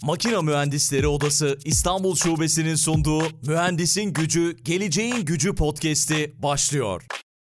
Makine Mühendisleri Odası İstanbul Şubesi'nin sunduğu Mühendisin Gücü, Geleceğin Gücü podcast'i başlıyor.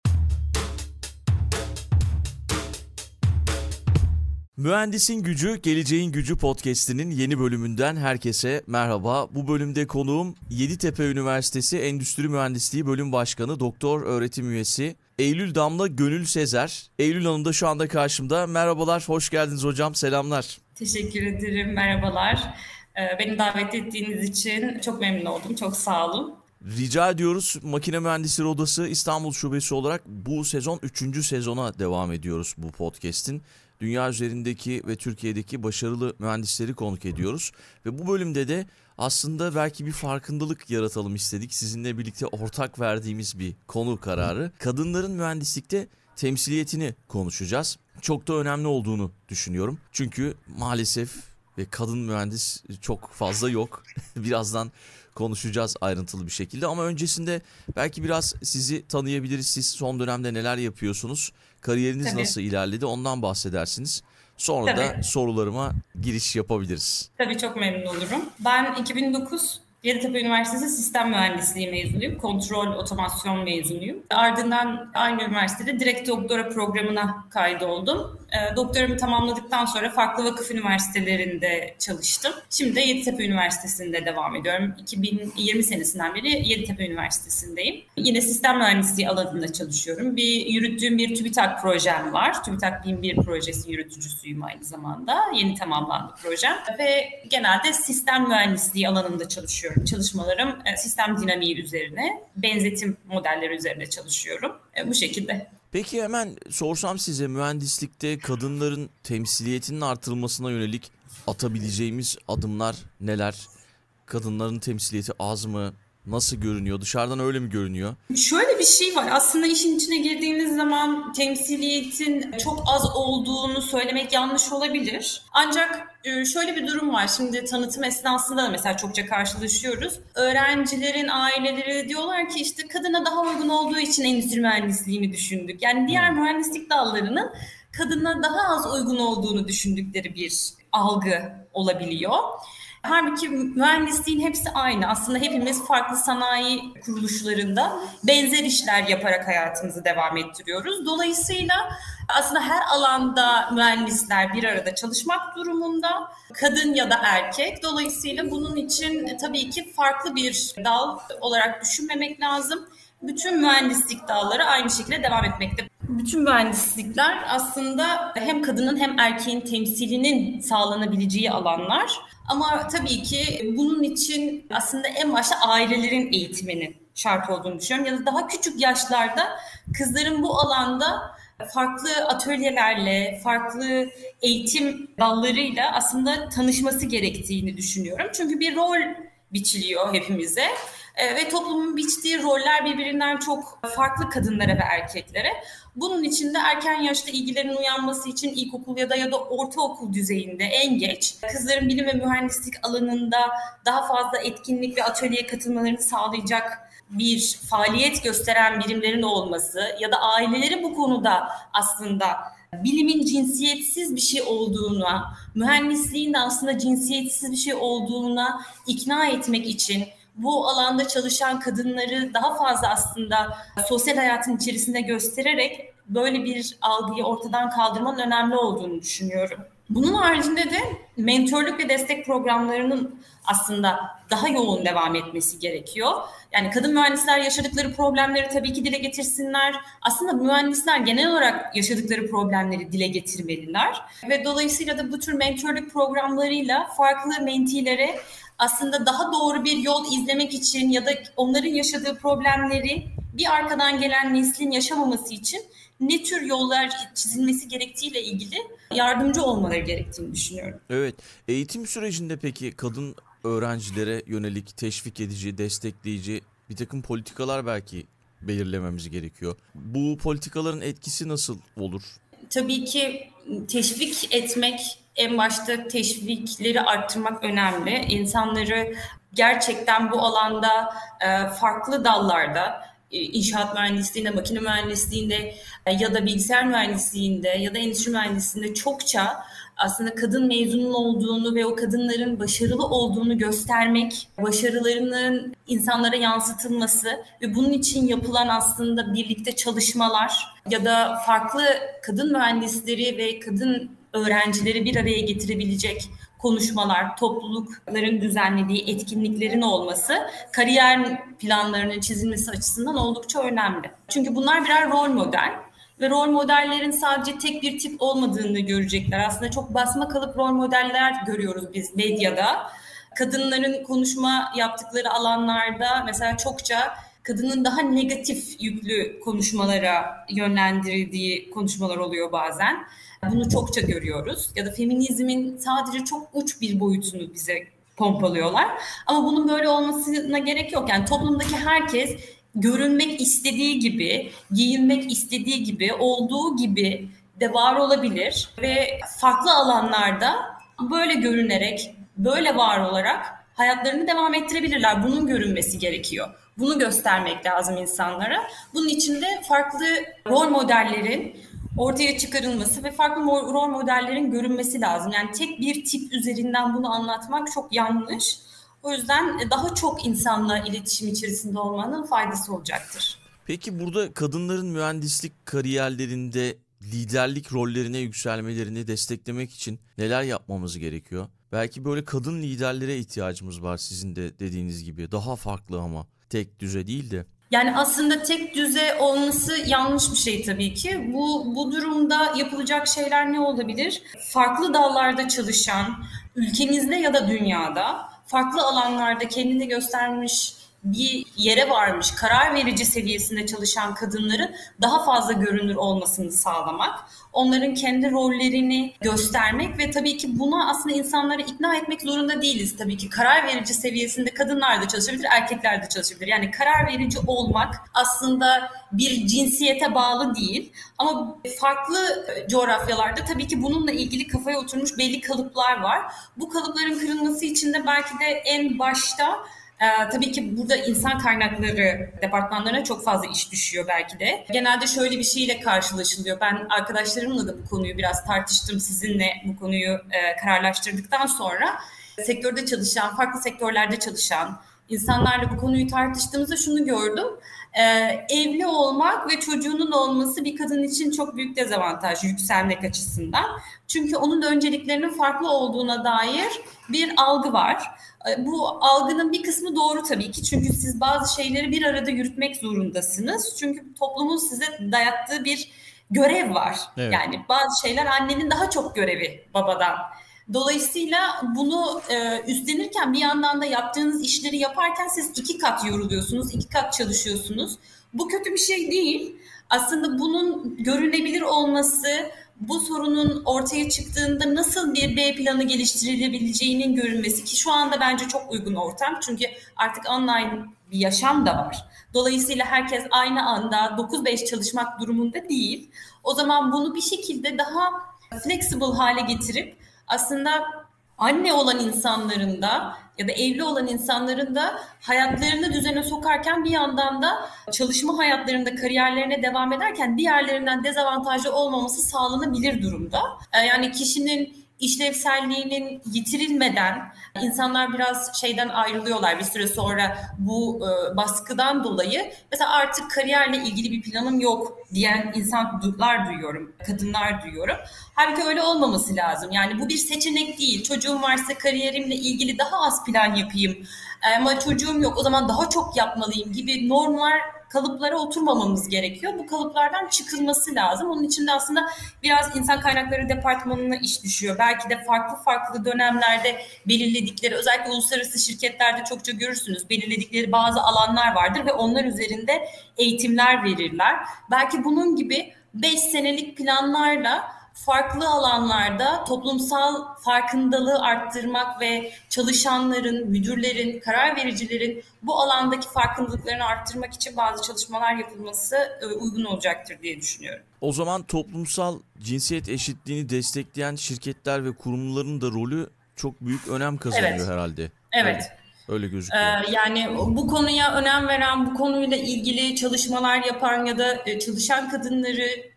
Mühendisin Gücü, Geleceğin Gücü podcast'inin yeni bölümünden herkese merhaba. Bu bölümde konuğum Yeditepe Üniversitesi Endüstri Mühendisliği Bölüm Başkanı Doktor Öğretim Üyesi Eylül Damla Gönül Sezer. Eylül Hanım da şu anda karşımda. Merhabalar, hoş geldiniz hocam, selamlar. Teşekkür ederim, merhabalar. Beni davet ettiğiniz için çok memnun oldum, çok sağ olun. Rica ediyoruz. Makine Mühendisleri Odası İstanbul Şubesi olarak bu sezon 3. sezona devam ediyoruz bu podcast'in. Dünya üzerindeki ve Türkiye'deki başarılı mühendisleri konuk ediyoruz. Ve bu bölümde de aslında belki bir farkındalık yaratalım istedik. Sizinle birlikte ortak verdiğimiz bir konu kararı. Kadınların mühendislikte temsiliyetini konuşacağız. Çok da önemli olduğunu düşünüyorum. Çünkü maalesef kadın mühendis çok fazla yok. Birazdan konuşacağız ayrıntılı bir şekilde. Ama öncesinde belki biraz sizi tanıyabiliriz. Siz son dönemde neler yapıyorsunuz? Kariyeriniz nasıl ilerledi? Ondan bahsedersiniz. Sonra da sorularıma giriş yapabiliriz. Tabii, çok memnun olurum. Ben 2009 Yeditepe Üniversitesi Sistem Mühendisliği mezunuyum. Kontrol otomasyon mezunuyum. Ardından aynı üniversitede direkt doktora programına kaydoldum. Doktoramı tamamladıktan sonra farklı vakıf üniversitelerinde çalıştım. Şimdi de Yeditepe Üniversitesi'nde devam ediyorum. 2020 senesinden beri Yeditepe Üniversitesi'ndeyim. Yine sistem mühendisliği alanında çalışıyorum. Yürüttüğüm bir TÜBİTAK projem var. TÜBİTAK 1001 projesi yürütücüsüyüm aynı zamanda. Yeni tamamlandı projem. Ve genelde sistem mühendisliği alanında çalışıyorum. Çalışmalarım sistem dinamiği üzerine, benzetim modelleri üzerine çalışıyorum. Bu şekilde. Peki hemen sorsam size, mühendislikte kadınların temsiliyetinin artırılmasına yönelik atabileceğimiz adımlar neler? Kadınların temsiliyeti az mı? Nasıl görünüyor? Dışarıdan öyle mi görünüyor? Şöyle bir şey var. Aslında işin içine girdiğiniz zaman temsiliyetin çok az olduğunu söylemek yanlış olabilir. Ancak şöyle bir durum var. Şimdi tanıtım esnasında da mesela çokça karşılaşıyoruz. Öğrencilerin aileleri diyorlar ki işte kadına daha uygun olduğu için endüstri mühendisliğini düşündük. Yani diğer mühendislik dallarının kadına daha az uygun olduğunu düşündükleri bir algı olabiliyor. Halbuki mühendisliğin hepsi aynı. Aslında hepimiz farklı sanayi kuruluşlarında benzer işler yaparak hayatımızı devam ettiriyoruz. Dolayısıyla aslında her alanda mühendisler bir arada çalışmak durumunda, kadın ya da erkek. Dolayısıyla bunun için tabii ki farklı bir dal olarak düşünmemek lazım. Bütün mühendislik dalları aynı şekilde devam etmekte. Bütün mühendislikler aslında hem kadının hem erkeğin temsilinin sağlanabileceği alanlar. Ama tabii ki bunun için aslında en başta ailelerin eğitiminin şart olduğunu düşünüyorum. Ya da daha küçük yaşlarda kızların bu alanda farklı atölyelerle, farklı eğitim dallarıyla aslında tanışması gerektiğini düşünüyorum. Çünkü bir rol biçiliyor hepimize. Ve toplumun biçtiği roller birbirinden çok farklı kadınlara ve erkeklere. Bunun için de erken yaşta ilgilerin uyanması için ilkokul ya da ortaokul düzeyinde en geç kızların bilim ve mühendislik alanında daha fazla etkinlik ve atölyeye katılmalarını sağlayacak bir faaliyet gösteren birimlerin olması ya da aileleri bu konuda aslında bilimin cinsiyetsiz bir şey olduğuna, mühendisliğin de aslında cinsiyetsiz bir şey olduğuna ikna etmek için bu alanda çalışan kadınları daha fazla aslında sosyal hayatın içerisinde göstererek böyle bir algıyı ortadan kaldırmanın önemli olduğunu düşünüyorum. Bunun haricinde de mentörlük ve destek programlarının aslında daha yoğun devam etmesi gerekiyor. Yani kadın mühendisler yaşadıkları problemleri tabii ki dile getirsinler. Aslında mühendisler genel olarak yaşadıkları problemleri dile getirmeliler. Ve dolayısıyla da bu tür mentörlük programlarıyla farklı mentilere aslında daha doğru bir yol izlemek için ya da onların yaşadığı problemleri bir arkadan gelen neslin yaşamaması için ne tür yollar çizilmesi gerektiğiyle ilgili yardımcı olmaları gerektiğini düşünüyorum. Evet, eğitim sürecinde peki kadın öğrencilere yönelik teşvik edici, destekleyici bir takım politikalar belki belirlememiz gerekiyor. Bu politikaların etkisi nasıl olur? Tabii ki teşvik etmek, en başta teşvikleri arttırmak önemli. İnsanları gerçekten bu alanda farklı dallarda, inşaat mühendisliğinde, makine mühendisliğinde ya da bilgisayar mühendisliğinde ya da endüstri mühendisliğinde çokça aslında kadın mezunun olduğunu ve o kadınların başarılı olduğunu göstermek, başarılarının insanlara yansıtılması ve bunun için yapılan aslında birlikte çalışmalar ya da farklı kadın mühendisleri ve kadın öğrencileri bir araya getirebilecek konuşmalar, toplulukların düzenlediği etkinliklerin olması kariyer planlarının çizilmesi açısından oldukça önemli. Çünkü bunlar birer rol model ve rol modellerin sadece tek bir tip olmadığını görecekler. Aslında çok basmakalıp rol modeller görüyoruz biz medyada. Kadınların konuşma yaptıkları alanlarda mesela çokça kadının daha negatif yüklü konuşmalara yönlendirildiği konuşmalar oluyor bazen. Bunu çokça görüyoruz. Ya da feminizmin sadece çok uç bir boyutunu bize pompalıyorlar. Ama bunun böyle olmasına gerek yok. Yani toplumdaki herkes görünmek istediği gibi, giyinmek istediği gibi, olduğu gibi de var olabilir. Ve farklı alanlarda böyle görünerek, böyle var olarak hayatlarını devam ettirebilirler. Bunun görünmesi gerekiyor. Bunu göstermek lazım insanlara. Bunun için de farklı rol modellerin ortaya çıkarılması ve farklı rol modellerin görünmesi lazım. Yani tek bir tip üzerinden bunu anlatmak çok yanlış. O yüzden daha çok insanla iletişim içerisinde olmanın faydası olacaktır. Peki burada kadınların mühendislik kariyerlerinde liderlik rollerine yükselmelerini desteklemek için neler yapmamız gerekiyor? Belki böyle kadın liderlere ihtiyacımız var, sizin de dediğiniz gibi. Daha farklı ama tek düze değil de. Yani aslında tek düze olması yanlış bir şey tabii ki. Bu durumda yapılacak şeyler ne olabilir? Farklı dallarda çalışan, ülkemizde ya da dünyada farklı alanlarda kendini göstermiş, bir yere varmış, karar verici seviyesinde çalışan kadınların daha fazla görünür olmasını sağlamak, onların kendi rollerini göstermek ve tabii ki buna aslında insanları ikna etmek zorunda değiliz. Tabii ki karar verici seviyesinde kadınlar da çalışabilir, erkekler de çalışabilir. Yani karar verici olmak aslında bir cinsiyete bağlı değil ama farklı coğrafyalarda tabii ki bununla ilgili kafaya oturmuş belli kalıplar var. Bu kalıpların kırılması için de belki de en başta tabii ki burada insan kaynakları departmanlarına çok fazla iş düşüyor belki de. Genelde şöyle bir şeyle karşılaşılıyor. Ben arkadaşlarımla da bu konuyu biraz tartıştım sizinle, bu konuyu kararlaştırdıktan sonra. Sektörde çalışan, farklı sektörlerde çalışan insanlarla bu konuyu tartıştığımızda şunu gördüm. Evli olmak ve çocuğunun olması bir kadın için çok büyük dezavantaj yükselmek açısından. Çünkü onun da önceliklerinin farklı olduğuna dair bir algı var. Bu algının bir kısmı doğru tabii ki. Çünkü siz bazı şeyleri bir arada yürütmek zorundasınız. Çünkü toplumun size dayattığı bir görev var. Evet. Yani bazı şeyler annenin daha çok görevi babadan. Dolayısıyla bunu üstlenirken bir yandan da yaptığınız işleri yaparken siz 2 kat yoruluyorsunuz, 2 kat çalışıyorsunuz. Bu kötü bir şey değil. Aslında bunun görünebilir olması, bu sorunun ortaya çıktığında nasıl bir B planı geliştirilebileceğinin görünmesi ki şu anda bence çok uygun ortam. Çünkü artık online bir yaşam da var. Dolayısıyla herkes aynı anda 9-5 çalışmak durumunda değil. O zaman bunu bir şekilde daha flexible hale getirip aslında anne olan insanların da ya da evli olan insanların da hayatlarını düzene sokarken bir yandan da çalışma hayatlarında kariyerlerine devam ederken diğerlerinden dezavantajlı olmaması sağlanabilir durumda. Yani kişinin işlevselliğinin yitirilmeden insanlar biraz şeyden ayrılıyorlar bir süre sonra bu baskıdan dolayı. Mesela artık kariyerle ilgili bir planım yok diyen insanlar duyuyorum, kadınlar duyuyorum. Halbuki öyle olmaması lazım. Yani bu bir seçenek değil. Çocuğum varsa kariyerimle ilgili daha az plan yapayım. Ama çocuğum yok o zaman daha çok yapmalıyım gibi normlar kalıplara oturmamamız gerekiyor. Bu kalıplardan çıkılması lazım. Onun için de aslında biraz insan kaynakları departmanına iş düşüyor. Belki de farklı dönemlerde belirledikleri, özellikle uluslararası şirketlerde çokça görürsünüz. Belirledikleri bazı alanlar vardır ve onlar üzerinde eğitimler verirler. Belki bunun gibi 5 senelik planlarla farklı alanlarda toplumsal farkındalığı arttırmak ve çalışanların, müdürlerin, karar vericilerin bu alandaki farkındalıklarını arttırmak için bazı çalışmalar yapılması uygun olacaktır diye düşünüyorum. O zaman toplumsal cinsiyet eşitliğini destekleyen şirketler ve kurumların da rolü çok büyük önem kazanıyor Evet. herhalde. Evet. Öyle gözüküyor. Yani bu konuya önem veren, bu konuyla ilgili çalışmalar yapan ya da çalışan kadınları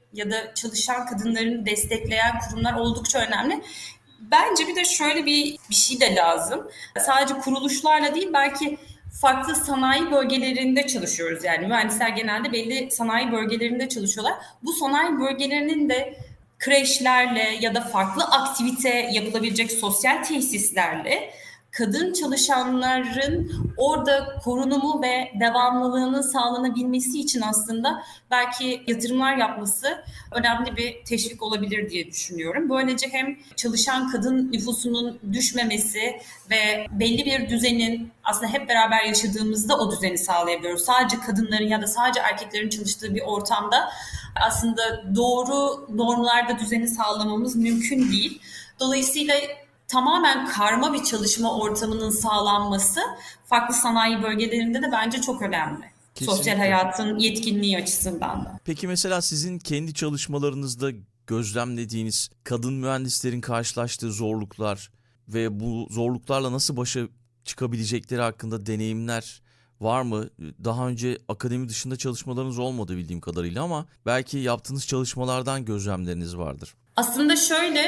ya da çalışan kadınlarını destekleyen kurumlar oldukça önemli. Bence bir de şöyle bir şey de lazım. Sadece kuruluşlarla değil, belki farklı sanayi bölgelerinde çalışıyoruz. Yani mühendisler genelde belli sanayi bölgelerinde çalışıyorlar. Bu sanayi bölgelerinin de kreşlerle ya da farklı aktivite yapılabilecek sosyal tesislerle kadın çalışanların orada korunumu ve devamlılığının sağlanabilmesi için aslında belki yatırımlar yapması önemli bir teşvik olabilir diye düşünüyorum. Böylece hem çalışan kadın nüfusunun düşmemesi ve belli bir düzenin aslında hep beraber yaşadığımızda o düzeni sağlayabiliyoruz. Sadece kadınların ya da sadece erkeklerin çalıştığı bir ortamda aslında doğru normlarda düzeni sağlamamız mümkün değil. Dolayısıyla tamamen karma bir çalışma ortamının sağlanması farklı sanayi bölgelerinde de bence çok önemli. Kesinlikle. Sosyal hayatın yetkinliği açısından da. Peki mesela sizin kendi çalışmalarınızda gözlemlediğiniz kadın mühendislerin karşılaştığı zorluklar ve bu zorluklarla nasıl başa çıkabilecekleri hakkında deneyimler var mı? Daha önce akademi dışında çalışmalarınız olmadı bildiğim kadarıyla ama belki yaptığınız çalışmalardan gözlemleriniz vardır. Aslında şöyle,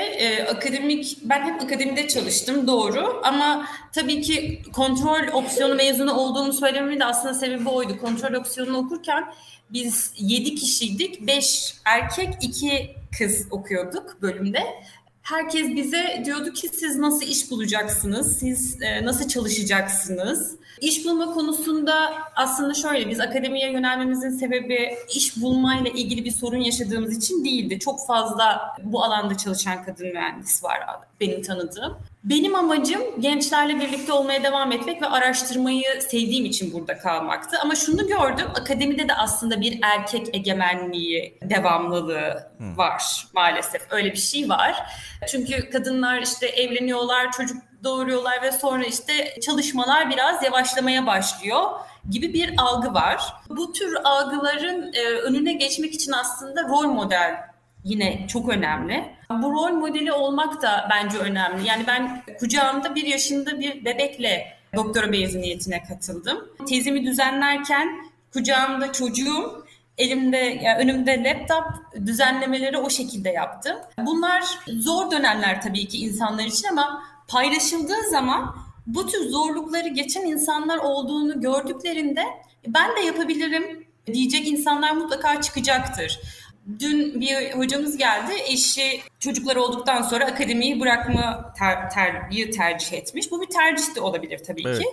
ben hep akademide çalıştım, doğru, ama tabii ki kontrol opsiyonu mezunu olduğumu söylememin de aslında sebebi oydu. Kontrol opsiyonunu okurken biz 7 kişiydik, 5 erkek 2 kız okuyorduk bölümde. Herkes bize diyordu ki siz nasıl iş bulacaksınız, siz nasıl çalışacaksınız? İş bulma konusunda aslında şöyle, biz akademiye yönelmemizin sebebi iş bulmayla ilgili bir sorun yaşadığımız için değildi. Çok fazla bu alanda çalışan kadın mühendis var benim tanıdığım. Benim amacım gençlerle birlikte olmaya devam etmek ve araştırmayı sevdiğim için burada kalmaktı. Ama şunu gördüm, akademide de aslında bir erkek egemenliği, devamlılığı var maalesef. Öyle bir şey var. Çünkü kadınlar işte evleniyorlar, çocuk doğuruyorlar ve sonra işte çalışmalar biraz yavaşlamaya başlıyor gibi bir algı var. Bu tür algıların önüne geçmek için aslında rol model yine çok önemli. Bu rol modeli olmak da bence önemli. Yani ben kucağımda 1 yaşında bir bebekle doktora mezuniyetine katıldım. Tezimi düzenlerken kucağımda çocuğum, önümde laptop, düzenlemeleri o şekilde yaptım. Bunlar zor dönemler tabii ki insanlar için ama paylaşıldığı zaman bu tür zorlukları geçen insanlar olduğunu gördüklerinde ben de yapabilirim diyecek insanlar mutlaka çıkacaktır. Dün bir hocamız geldi, eşi çocukları olduktan sonra akademiyi bırakma tercih etmiş. Bu bir tercih de olabilir tabii ki.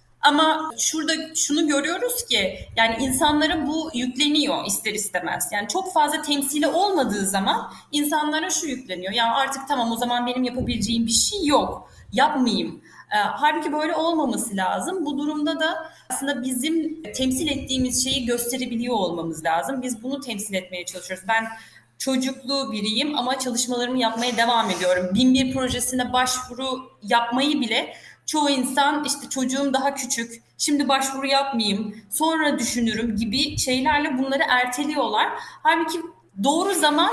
Ama şurada şunu görüyoruz ki yani insanlara bu yükleniyor ister istemez. Yani çok fazla temsili olmadığı zaman insanlara şu yükleniyor. Ya artık tamam, o zaman benim yapabileceğim bir şey yok. Yapmayayım. Halbuki böyle olmaması lazım. Bu durumda da aslında bizim temsil ettiğimiz şeyi gösterebiliyor olmamız lazım. Biz bunu temsil etmeye çalışıyoruz. Ben çocuklu biriyim ama çalışmalarımı yapmaya devam ediyorum. 1001 projesine başvuru yapmayı bile çoğu insan işte çocuğum daha küçük, şimdi başvuru yapmayayım, sonra düşünürüm gibi şeylerle bunları erteliyorlar. Halbuki doğru zaman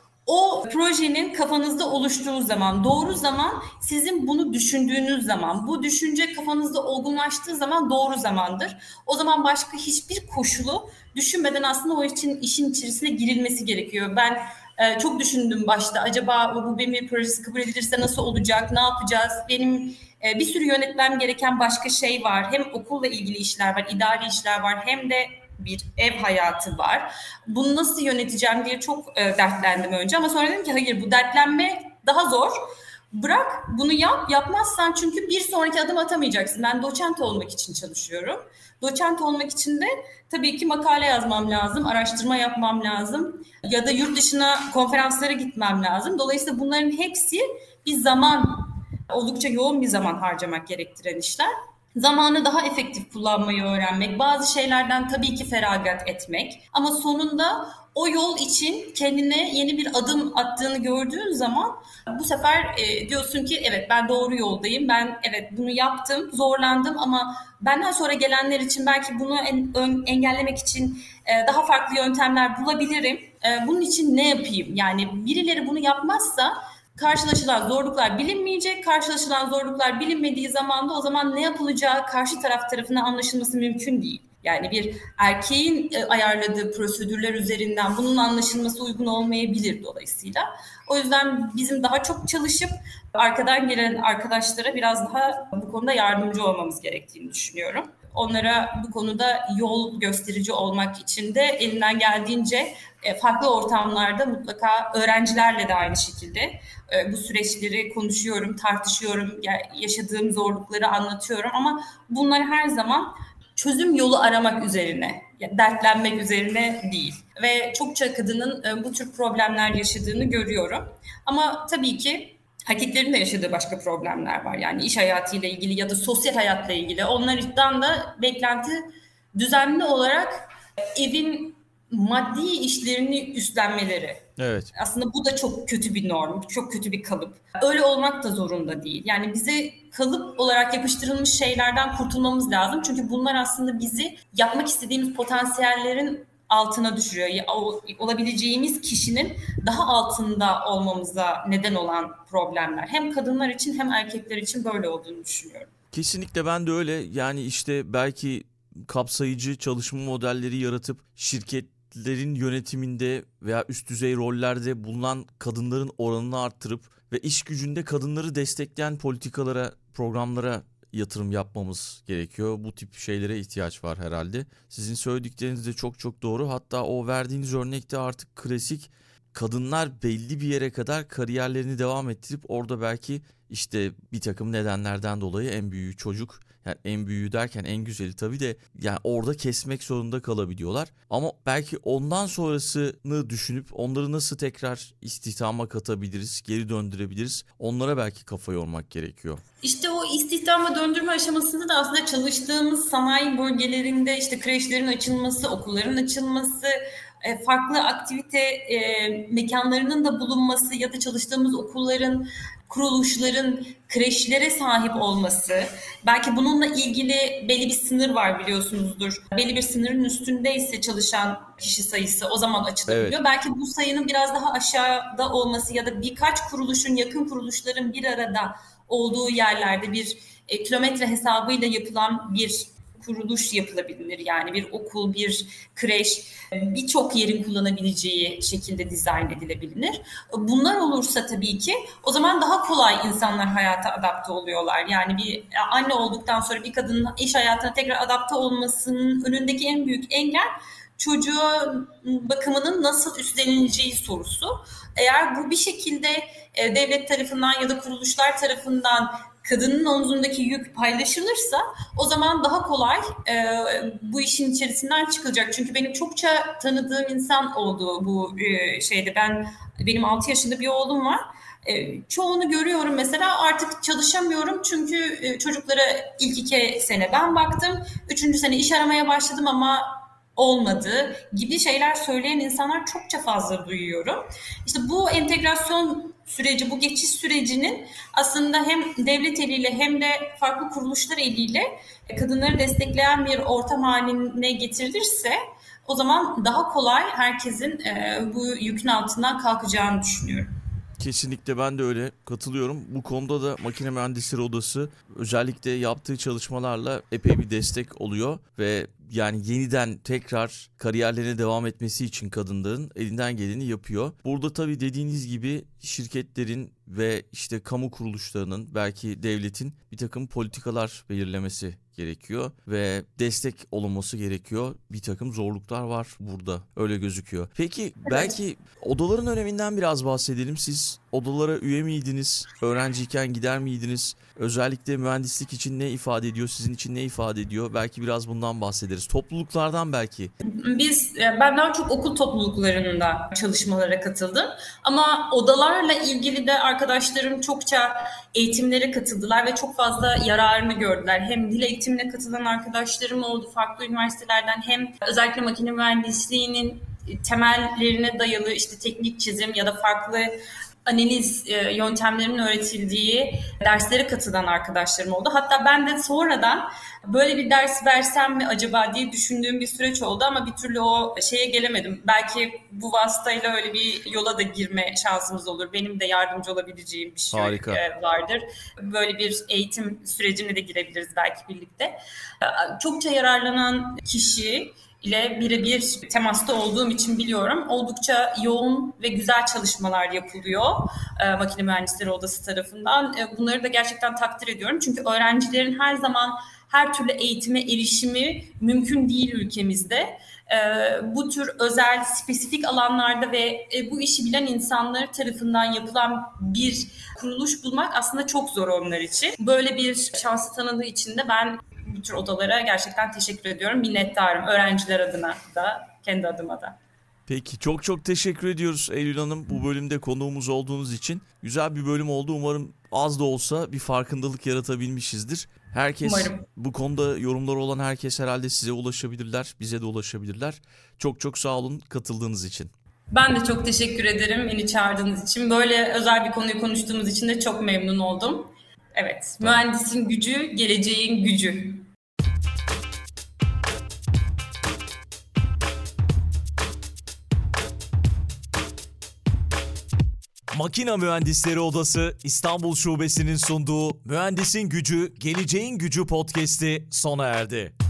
o projenin kafanızda oluştuğu zaman, doğru zaman sizin bunu düşündüğünüz zaman, bu düşünce kafanızda olgunlaştığı zaman doğru zamandır. O zaman başka hiçbir koşulu düşünmeden aslında o işin içerisine girilmesi gerekiyor. Ben çok düşündüm başta. Acaba bu BİM projesi kabul edilirse nasıl olacak, ne yapacağız? Benim bir sürü yönetmem gereken başka şey var. Hem okulla ilgili işler var, idari işler var, hem de bir ev hayatı var. Bunu nasıl yöneteceğim diye çok dertlendim önce. Ama sonra dedim ki hayır, bu dertlenme daha zor. Bırak bunu yapmazsan çünkü bir sonraki adım atamayacaksın. Ben doçent olmak için çalışıyorum. Doçent olmak için de tabii ki makale yazmam lazım, araştırma yapmam lazım ya da yurt dışına konferanslara gitmem lazım. Dolayısıyla bunların hepsi bir zaman, oldukça yoğun bir zaman harcamak gerektiren işler. Zamanı daha efektif kullanmayı öğrenmek, bazı şeylerden tabii ki feragat etmek ama sonunda o yol için kendine yeni bir adım attığını gördüğün zaman bu sefer diyorsun ki evet, ben doğru yoldayım, ben evet bunu yaptım, zorlandım ama benden sonra gelenler için belki bunu engellemek için daha farklı yöntemler bulabilirim. Bunun için ne yapayım? Yani birileri bunu yapmazsa karşılaşılan zorluklar bilinmeyecek. Karşılaşılan zorluklar bilinmediği zaman da o zaman ne yapılacağı karşı taraf tarafından anlaşılması mümkün değil. Yani bir erkeğin ayarladığı prosedürler üzerinden bunun anlaşılması uygun olmayabilir dolayısıyla. O yüzden bizim daha çok çalışıp arkadan gelen arkadaşlara biraz daha bu konuda yardımcı olmamız gerektiğini düşünüyorum. Onlara bu konuda yol gösterici olmak için de elinden geldiğince farklı ortamlarda mutlaka öğrencilerle de aynı şekilde bu süreçleri konuşuyorum, tartışıyorum, yaşadığım zorlukları anlatıyorum ama bunlar her zaman çözüm yolu aramak üzerine, dertlenmek üzerine değil. Ve çokça kadının bu tür problemler yaşadığını görüyorum. Ama tabii ki erkeklerin de yaşadığı başka problemler var. Yani iş hayatıyla ilgili ya da sosyal hayatla ilgili. Onlardan da beklenti düzenli olarak evin maddi işlerini üstlenmeleri. Evet. Aslında bu da çok kötü bir norm, çok kötü bir kalıp. Öyle olmak da zorunda değil. Yani bize kalıp olarak yapıştırılmış şeylerden kurtulmamız lazım. Çünkü bunlar aslında bizi yapmak istediğimiz potansiyellerin altına düşürüyor. Olabileceğimiz kişinin daha altında olmamıza neden olan problemler. Hem kadınlar için hem erkekler için böyle olduğunu düşünüyorum. Kesinlikle ben de öyle. Yani işte belki kapsayıcı çalışma modelleri yaratıp şirketlerin yönetiminde veya üst düzey rollerde bulunan kadınların oranını arttırıp ve iş gücünde kadınları destekleyen politikalara, programlara yatırım yapmamız gerekiyor. Bu tip şeylere ihtiyaç var herhalde. Sizin söyledikleriniz de çok çok doğru. Hatta o verdiğiniz örnekte artık klasik, kadınlar belli bir yere kadar kariyerlerini devam ettirip orada belki işte bir takım nedenlerden dolayı en büyüğü çocuk, yani en büyüğü derken en güzeli tabii de yani orada kesmek zorunda kalabiliyorlar. Ama belki ondan sonrasını düşünüp onları nasıl tekrar istihdama katabiliriz, geri döndürebiliriz, onlara belki kafa yormak gerekiyor. İşte o istihdama döndürme aşamasında da aslında çalıştığımız sanayi bölgelerinde işte kreşlerin açılması, okulların açılması, farklı aktivite mekanlarının da bulunması ya da çalıştığımız okulların, kuruluşların kreşlere sahip olması. Belki bununla ilgili belli bir sınır var biliyorsunuzdur. Belli bir sınırın üstündeyse çalışan kişi sayısı o zaman açılabiliyor. Evet. Belki bu sayının biraz daha aşağıda olması ya da birkaç kuruluşun, yakın kuruluşların bir arada olduğu yerlerde bir kilometre hesabıyla yapılan bir kuruluş yapılabilir. Yani bir okul, bir kreş, birçok yerin kullanabileceği şekilde dizayn edilebilir. Bunlar olursa tabii ki o zaman daha kolay insanlar hayata adapte oluyorlar. Yani bir anne olduktan sonra bir kadının iş hayatına tekrar adapte olmasının önündeki en büyük engel çocuğun bakımının nasıl üstlenileceği sorusu. Eğer bu bir şekilde devlet tarafından ya da kuruluşlar tarafından kadının omzundaki yük paylaşılırsa o zaman daha kolay bu işin içerisinden çıkılacak. Çünkü benim çokça tanıdığım insan oldu bu şeyde. Benim 6 yaşında bir oğlum var. Çoğunu görüyorum mesela, artık çalışamıyorum çünkü çocuklara ilk 2 sene ben baktım. 3. sene iş aramaya başladım ama olmadı gibi şeyler söyleyen insanlar çokça fazla duyuyorum. İşte bu entegrasyon süreci, bu geçiş sürecinin aslında hem devlet eliyle hem de farklı kuruluşlar eliyle kadınları destekleyen bir ortam haline getirilirse o zaman daha kolay herkesin bu yükün altından kalkacağını düşünüyorum. Kesinlikle ben de öyle katılıyorum. Bu konuda da Makine Mühendisleri Odası özellikle yaptığı çalışmalarla epey bir destek oluyor ve yani yeniden tekrar kariyerlerine devam etmesi için kadınların elinden geleni yapıyor. Burada tabii dediğiniz gibi şirketlerin ve işte kamu kuruluşlarının, belki devletin bir takım politikalar belirlemesi gerekiyor ve destek olunması gerekiyor. Bir takım zorluklar var burada, öyle gözüküyor. Peki belki odaların öneminden biraz bahsedelim. Siz odalara üye miydiniz? Öğrenciyken gider miydiniz? Özellikle mühendislik için ne ifade ediyor? Sizin için ne ifade ediyor? Belki biraz bundan bahsederiz. Topluluklardan belki. Ben daha çok okul topluluklarında çalışmalara katıldım. Ama odalarla ilgili de arkadaşlarım çokça eğitimlere katıldılar ve çok fazla yararını gördüler. Hem dil eğitimine katılan arkadaşlarım oldu farklı üniversitelerden, hem özellikle makine mühendisliğinin temellerine dayalı işte teknik çizim ya da farklı analiz yöntemlerinin öğretildiği derslere katılan arkadaşlarım oldu. Hatta ben de sonradan böyle bir ders versem mi acaba diye düşündüğüm bir süreç oldu ama bir türlü o şeye gelemedim. Belki bu vasıtayla öyle bir yola da girme şansımız olur. Benim de yardımcı olabileceğim bir şey vardır. Böyle bir eğitim sürecine de girebiliriz belki birlikte. Çokça yararlanan kişi ile birebir temasta olduğum için biliyorum. Oldukça yoğun ve güzel çalışmalar yapılıyor Makine Mühendisleri Odası tarafından. Bunları da gerçekten takdir ediyorum. Çünkü öğrencilerin her zaman her türlü eğitime erişimi mümkün değil ülkemizde. Bu tür özel, spesifik alanlarda ve bu işi bilen insanlar tarafından yapılan bir kuruluş bulmak aslında çok zor onlar için. Böyle bir şansı tanıdığı için de ben bu tür odalara gerçekten teşekkür ediyorum. Minnettarım öğrenciler adına da, kendi adıma da. Peki çok teşekkür ediyoruz Eylül Hanım bu bölümde konuğumuz olduğunuz için. Güzel bir bölüm oldu. Umarım az da olsa bir farkındalık yaratabilmişizdir. Herkes Umarım. bu konuda yorumları olan herkes herhalde size ulaşabilirler, bize de ulaşabilirler. Çok sağ olun katıldığınız için. Ben de çok teşekkür ederim beni çağırdığınız için. Böyle özel bir konuyu konuştuğumuz için de çok memnun oldum. Evet, tamam. Mühendisin gücü, geleceğin gücü. Makine Mühendisleri Odası İstanbul Şubesi'nin sunduğu Mühendisin Gücü, Geleceğin Gücü podcast'i sona erdi.